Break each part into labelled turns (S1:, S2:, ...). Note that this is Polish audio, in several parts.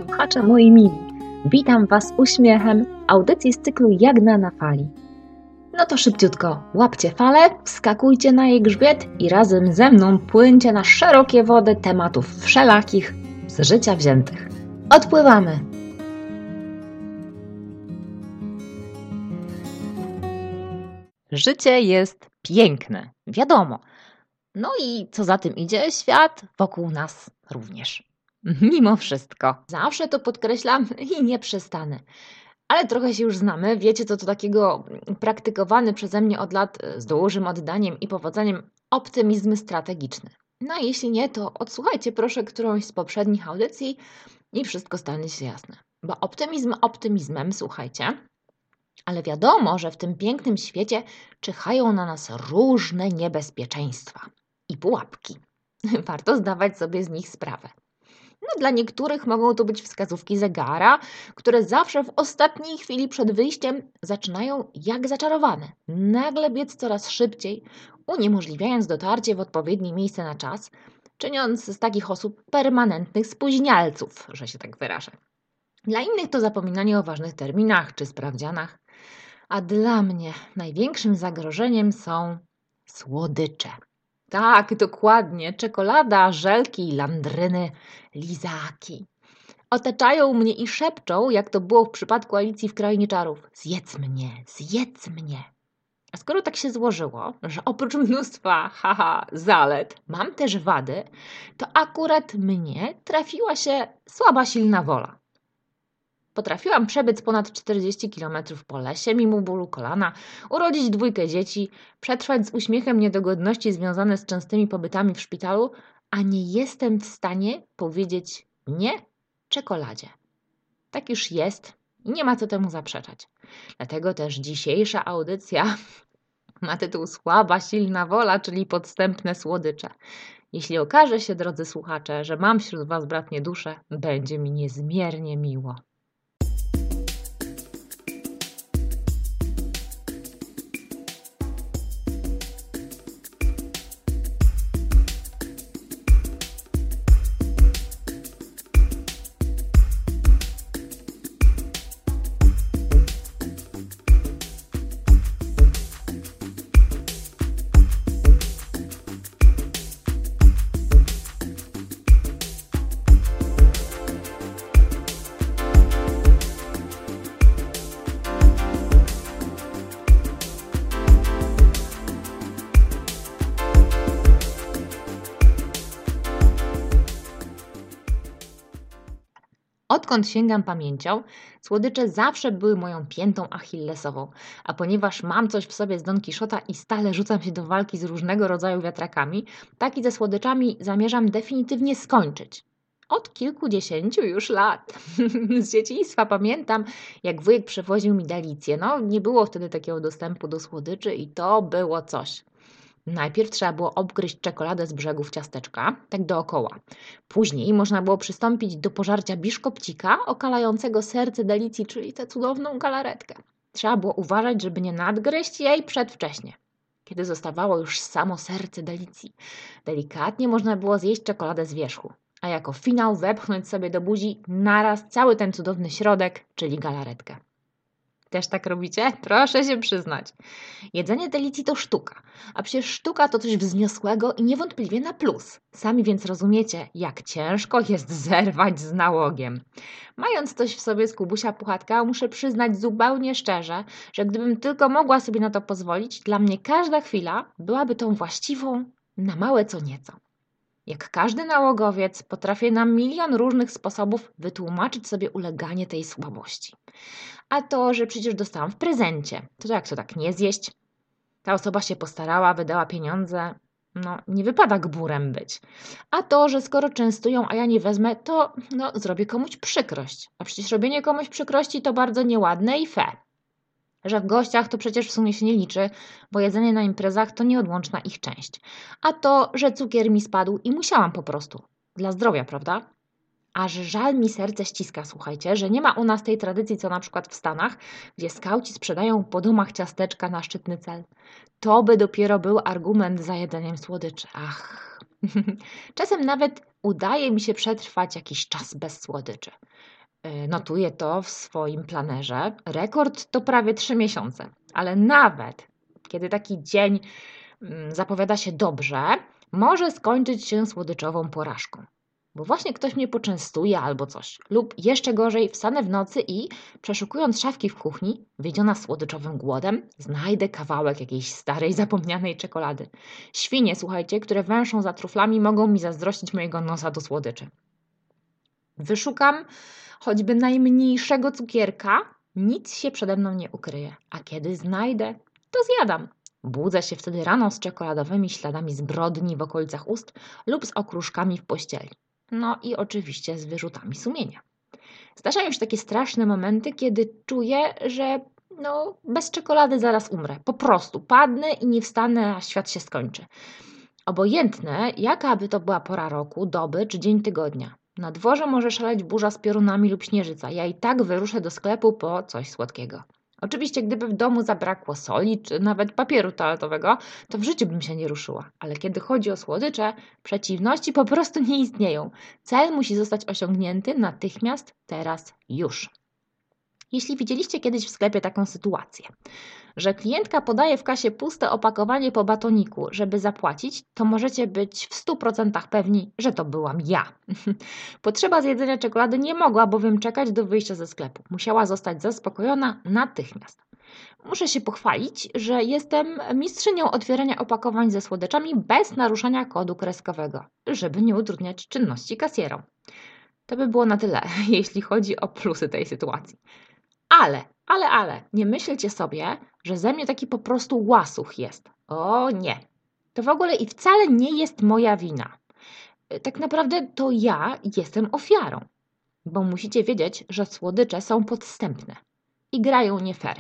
S1: słuchacze moi mili, witam Was uśmiechem audycji z cyklu Jagna na fali. No to szybciutko, łapcie falę, wskakujcie na jej grzbiet i razem ze mną płyńcie na szerokie wody tematów wszelakich z życia wziętych. Odpływamy! Życie jest piękne, wiadomo. No i co za tym idzie, świat wokół nas również. Mimo wszystko. Zawsze to podkreślam i nie przestanę. Ale trochę się już znamy. Wiecie, co to takiego praktykowany przeze mnie od lat z dużym oddaniem i powodzeniem optymizm strategiczny. No a jeśli nie, to odsłuchajcie proszę którąś z poprzednich audycji i wszystko stanie się jasne. Bo optymizm optymizmem, słuchajcie, ale wiadomo, że w tym pięknym świecie czyhają na nas różne niebezpieczeństwa i pułapki. Warto zdawać sobie z nich sprawę. No, dla niektórych mogą to być wskazówki zegara, które zawsze w ostatniej chwili przed wyjściem zaczynają jak zaczarowane. Nagle biec coraz szybciej, uniemożliwiając dotarcie w odpowiednie miejsce na czas, czyniąc z takich osób permanentnych spóźnialców, że się tak wyrażę. Dla innych to zapominanie o ważnych terminach czy sprawdzianach, a dla mnie największym zagrożeniem są słodycze. Tak, dokładnie. Czekolada, żelki, landryny, lizaki. Otaczają mnie i szepczą, jak to było w przypadku Alicji w Krainie Czarów. Zjedz mnie, zjedz mnie. A skoro tak się złożyło, że oprócz mnóstwa zalet mam też wady, to akurat mnie trafiła się słaba silna wola. Potrafiłam przebiec ponad 40 km po lesie, mimo bólu kolana, urodzić 2 dzieci, przetrwać z uśmiechem niedogodności związane z częstymi pobytami w szpitalu, a nie jestem w stanie powiedzieć nie czekoladzie. Tak już jest i nie ma co temu zaprzeczać. Dlatego też dzisiejsza audycja ma tytuł Słaba, silna wola, czyli podstępne słodycze. Jeśli okaże się, drodzy słuchacze, że mam wśród Was bratnie dusze, będzie mi niezmiernie miło. Odkąd sięgam pamięcią, słodycze zawsze były moją piętą achillesową, a ponieważ mam coś w sobie z Don Kiszota i stale rzucam się do walki z różnego rodzaju wiatrakami, tak i ze słodyczami zamierzam definitywnie skończyć. Od kilkudziesięciu już lat. Z dzieciństwa pamiętam, jak wujek przewoził mi Dalicję. No, nie było wtedy takiego dostępu do słodyczy i to było coś. Najpierw trzeba było obgryźć czekoladę z brzegów ciasteczka, tak dookoła. Później można było przystąpić do pożarcia biszkopcika okalającego serce Delicji, czyli tę cudowną galaretkę. Trzeba było uważać, żeby nie nadgryźć jej przedwcześnie. Kiedy zostawało już samo serce Delicji, delikatnie można było zjeść czekoladę z wierzchu, a jako finał wepchnąć sobie do buzi naraz cały ten cudowny środek, czyli galaretkę. Też tak robicie? Proszę się przyznać. Jedzenie delicji to sztuka, a przecież sztuka to coś wzniosłego i niewątpliwie na plus. Sami więc rozumiecie, jak ciężko jest zerwać z nałogiem. Mając coś w sobie z Kubusia Puchatka, muszę przyznać zupełnie szczerze, że gdybym tylko mogła sobie na to pozwolić, dla mnie każda chwila byłaby tą właściwą na małe co nieco. Jak każdy nałogowiec, potrafię na milion różnych sposobów wytłumaczyć sobie uleganie tej słabości. A to, że przecież dostałam w prezencie, to jak to tak nie zjeść? Ta osoba się postarała, wydała pieniądze, no nie wypada gburem być. A to, że skoro częstują, a ja nie wezmę, to zrobię komuś przykrość. A przecież robienie komuś przykrości to bardzo nieładne i fair. Że w gościach to przecież w sumie się nie liczy, bo jedzenie na imprezach to nieodłączna ich część. A to, że cukier mi spadł i musiałam po prostu. Dla zdrowia, prawda? Aż żal mi serce ściska, słuchajcie, że nie ma u nas tej tradycji, co na przykład w Stanach, gdzie skauci sprzedają po domach ciasteczka na szczytny cel. To by dopiero był argument za jedzeniem słodyczy. Ach. Czasem nawet udaje mi się przetrwać jakiś czas bez słodyczy. Notuję to w swoim planerze. Rekord to prawie 3 miesiące, ale nawet kiedy taki dzień zapowiada się dobrze, może skończyć się słodyczową porażką. Bo właśnie ktoś mnie poczęstuje albo coś. Lub jeszcze gorzej, wstanę w nocy i przeszukując szafki w kuchni, wiedziona słodyczowym głodem, znajdę kawałek jakiejś starej, zapomnianej czekolady. Świnie, słuchajcie, które węszą za truflami, mogą mi zazdrościć mojego nosa do słodyczy. Wyszukam choćby najmniejszego cukierka, nic się przede mną nie ukryje. A kiedy znajdę, to zjadam. Budzę się wtedy rano z czekoladowymi śladami zbrodni w okolicach ust lub z okruszkami w pościeli. No i oczywiście z wyrzutami sumienia. Zdarzają się takie straszne momenty, kiedy czuję, że bez czekolady zaraz umrę. Po prostu padnę i nie wstanę, a świat się skończy. Obojętne, jaka by to była pora roku, doby czy dzień tygodnia. Na dworze może szaleć burza z piorunami lub śnieżyca. Ja i tak wyruszę do sklepu po coś słodkiego. Oczywiście, gdyby w domu zabrakło soli czy nawet papieru toaletowego, to w życiu bym się nie ruszyła. Ale kiedy chodzi o słodycze, przeciwności po prostu nie istnieją. Cel musi zostać osiągnięty natychmiast, teraz, już. Jeśli widzieliście kiedyś w sklepie taką sytuację, że klientka podaje w kasie puste opakowanie po batoniku, żeby zapłacić, to możecie być w 100% pewni, że to byłam ja. Potrzeba zjedzenia czekolady nie mogła bowiem czekać do wyjścia ze sklepu. Musiała zostać zaspokojona natychmiast. Muszę się pochwalić, że jestem mistrzynią otwierania opakowań ze słodyczami bez naruszania kodu kreskowego, żeby nie utrudniać czynności kasjerom. To by było na tyle, jeśli chodzi o plusy tej sytuacji. Ale, nie myślcie sobie, że ze mnie taki po prostu łasuch jest. O nie. To w ogóle i wcale nie jest moja wina. Tak naprawdę to ja jestem ofiarą. Bo musicie wiedzieć, że słodycze są podstępne i grają nie fair.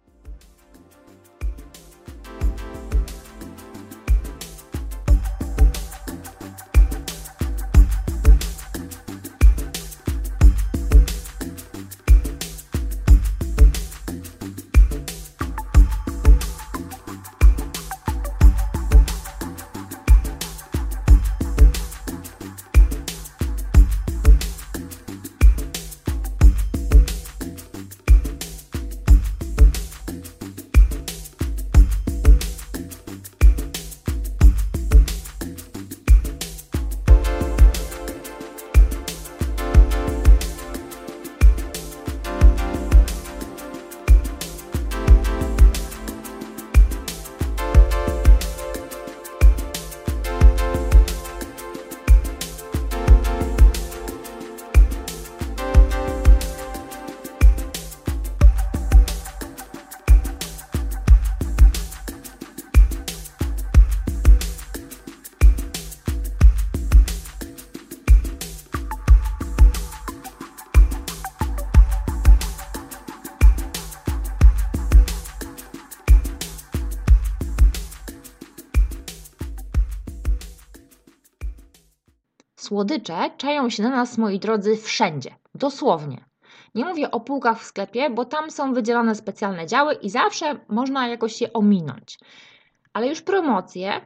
S1: Słodycze czają się na nas, moi drodzy, wszędzie. Dosłownie. Nie mówię o półkach w sklepie, bo tam są wydzielone specjalne działy i zawsze można jakoś je ominąć. Ale już promocje,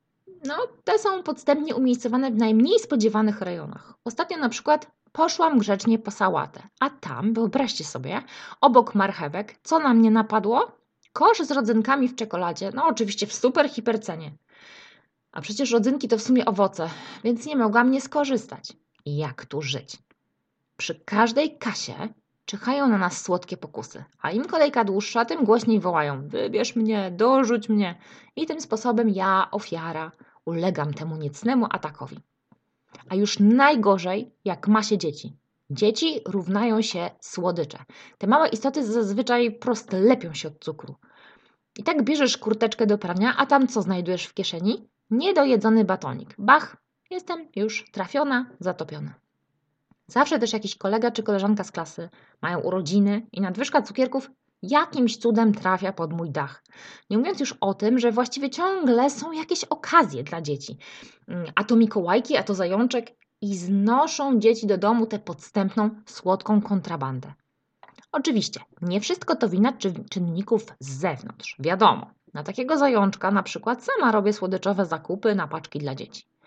S1: te są podstępnie umiejscowane w najmniej spodziewanych rejonach. Ostatnio na przykład poszłam grzecznie po sałatę, a tam, wyobraźcie sobie, obok marchewek, co na mnie napadło? Kosz z rodzynkami w czekoladzie, oczywiście w super hipercenie. A przecież rodzynki to w sumie owoce, więc nie mogłam nie skorzystać. Jak tu żyć? Przy każdej kasie czyhają na nas słodkie pokusy, a im kolejka dłuższa, tym głośniej wołają: wybierz mnie, dorzuć mnie. I tym sposobem ja, ofiara, ulegam temu niecnemu atakowi. A już najgorzej, jak ma się dzieci. Dzieci równają się słodycze. Te małe istoty zazwyczaj prosto lepią się od cukru. I tak bierzesz kurteczkę do prania, a tam co znajdujesz w kieszeni? Niedojedzony batonik. Bach, jestem już trafiona, zatopiona. Zawsze też jakiś kolega czy koleżanka z klasy mają urodziny i nadwyżka cukierków jakimś cudem trafia pod mój dach. Nie mówiąc już o tym, że właściwie ciągle są jakieś okazje dla dzieci. A to Mikołajki, a to zajączek i znoszą dzieci do domu tę podstępną, słodką kontrabandę. Oczywiście, nie wszystko to wina czynników z zewnątrz. Wiadomo, na takiego zajączka na przykład sama robię słodyczowe zakupy na paczki dla dzieci.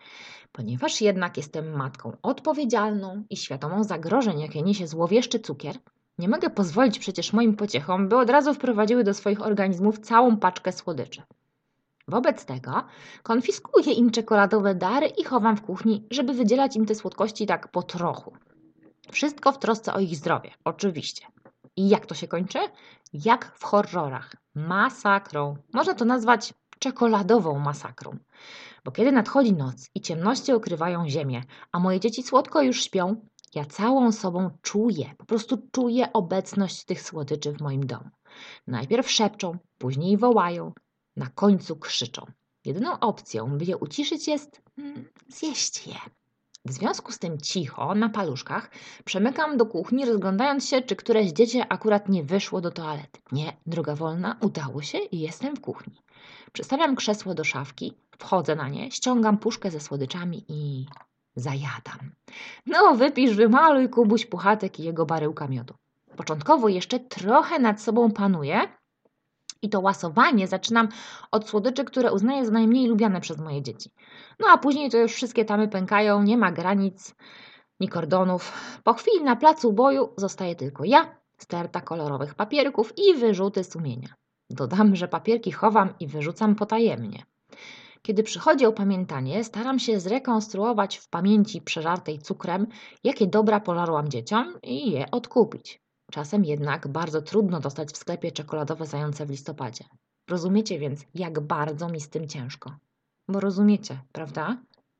S1: Ponieważ jednak jestem matką odpowiedzialną i świadomą zagrożeń, jakie niesie złowieszczy cukier, nie mogę pozwolić przecież moim pociechom, by od razu wprowadziły do swoich organizmów całą paczkę słodyczy. Wobec tego konfiskuję im czekoladowe dary i chowam w kuchni, żeby wydzielać im te słodkości tak po trochu. Wszystko w trosce o ich zdrowie, oczywiście. I jak to się kończy? Jak w horrorach. Masakrą. Można to nazwać czekoladową masakrą. Bo kiedy nadchodzi noc i ciemności okrywają ziemię, a moje dzieci słodko już śpią, ja całą sobą czuję, po prostu czuję obecność tych słodyczy w moim domu. Najpierw szepczą, później wołają, na końcu krzyczą. Jedyną opcją, by je uciszyć jest zjeść je. W związku z tym cicho, na paluszkach, przemykam do kuchni, rozglądając się, czy któreś dziecię akurat nie wyszło do toalety. Nie, droga wolna, udało się i jestem w kuchni. Przestawiam krzesło do szafki, wchodzę na nie, ściągam puszkę ze słodyczami i zajadam. No, wypisz, wymaluj, Kubuś Puchatek i jego baryłka miodu. Początkowo jeszcze trochę nad sobą panuję i to łasowanie zaczynam od słodyczy, które uznaję za najmniej lubiane przez moje dzieci. No a później to już wszystkie tamy pękają, nie ma granic, ni kordonów. Po chwili na placu boju zostaje tylko ja, sterta kolorowych papierków i wyrzuty sumienia. Dodam, że papierki chowam i wyrzucam potajemnie. Kiedy przychodzi opamiętanie, staram się zrekonstruować w pamięci przeżartej cukrem, jakie dobra pożarłam dzieciom i je odkupić. Czasem jednak bardzo trudno dostać w sklepie czekoladowe zające w listopadzie. Rozumiecie więc, jak bardzo mi z tym ciężko. Bo rozumiecie, prawda?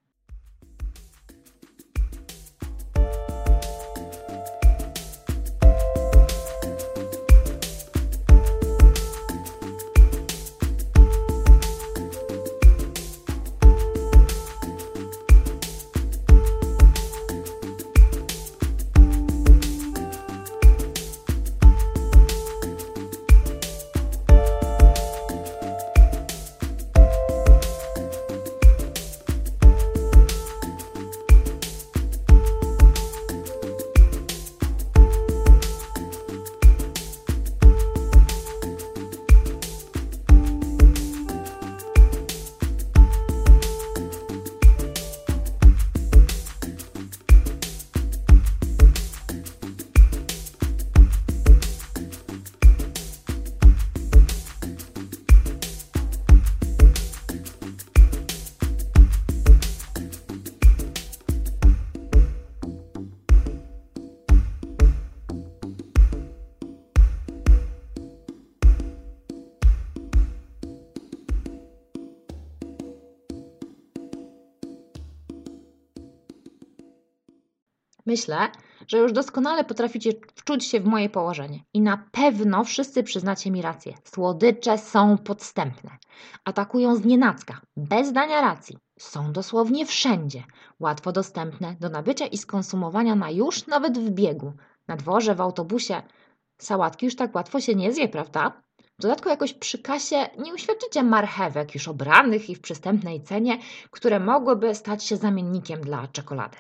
S1: Myślę, że już doskonale potraficie wczuć się w moje położenie i na pewno wszyscy przyznacie mi rację. Słodycze są podstępne. Atakują znienacka, bez dania racji. Są dosłownie wszędzie. Łatwo dostępne do nabycia i skonsumowania na już, nawet w biegu. Na dworze, w autobusie. Sałatki już tak łatwo się nie zje, prawda? W dodatku jakoś przy kasie nie uświadczycie marchewek już obranych i w przystępnej cenie, które mogłyby stać się zamiennikiem dla czekolady.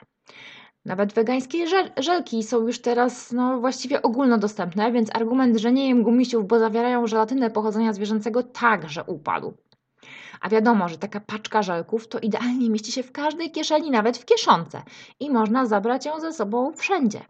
S1: Nawet wegańskie żelki są już teraz właściwie ogólnodostępne, więc argument, że nie jem gumisiów, bo zawierają żelatynę pochodzenia zwierzęcego, także upadł. A wiadomo, że taka paczka żelków to idealnie mieści się w każdej kieszeni, nawet w kieszonce i można zabrać ją ze sobą wszędzie.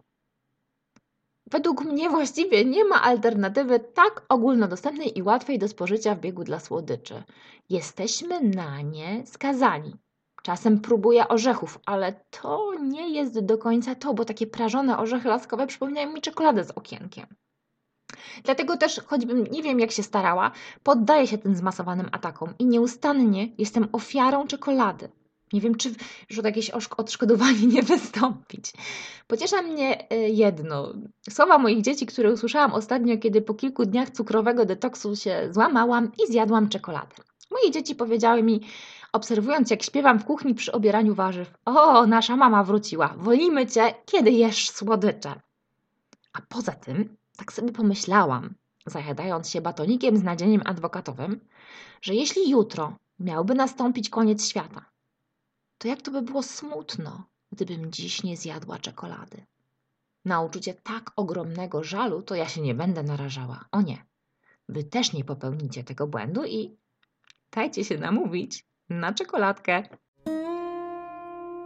S1: Według mnie właściwie nie ma alternatywy tak ogólnodostępnej i łatwej do spożycia w biegu dla słodyczy. Jesteśmy na nie skazani. Czasem próbuję orzechów, ale to nie jest do końca to, bo takie prażone orzechy laskowe przypominają mi czekoladę z okienkiem. Dlatego też, choćbym nie wiem jak się starała, poddaję się tym zmasowanym atakom i nieustannie jestem ofiarą czekolady. Nie wiem, czy już od jakieś odszkodowanie nie wystąpić. Pociesza mnie jedno. Słowa moich dzieci, które usłyszałam ostatnio, kiedy po kilku dniach cukrowego detoksu się złamałam i zjadłam czekoladę. Moje dzieci powiedziały mi, obserwując jak śpiewam w kuchni przy obieraniu warzyw: o, nasza mama wróciła, wolimy Cię, kiedy jesz słodycze. A poza tym, tak sobie pomyślałam, zajadając się batonikiem z nadzieniem adwokatowym, że jeśli jutro miałby nastąpić koniec świata, to jak to by było smutno, gdybym dziś nie zjadła czekolady. Na uczucie tak ogromnego żalu to ja się nie będę narażała. O nie, Wy też nie popełnicie tego błędu i dajcie się namówić na czekoladkę.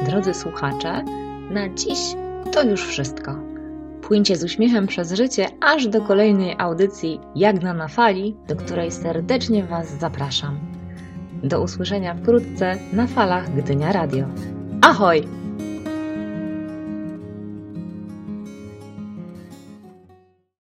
S1: Drodzy słuchacze, na dziś to już wszystko. Płyńcie z uśmiechem przez życie aż do kolejnej audycji Jagna na fali, do której serdecznie Was zapraszam. Do usłyszenia wkrótce na falach Gdynia Radio. Ahoj!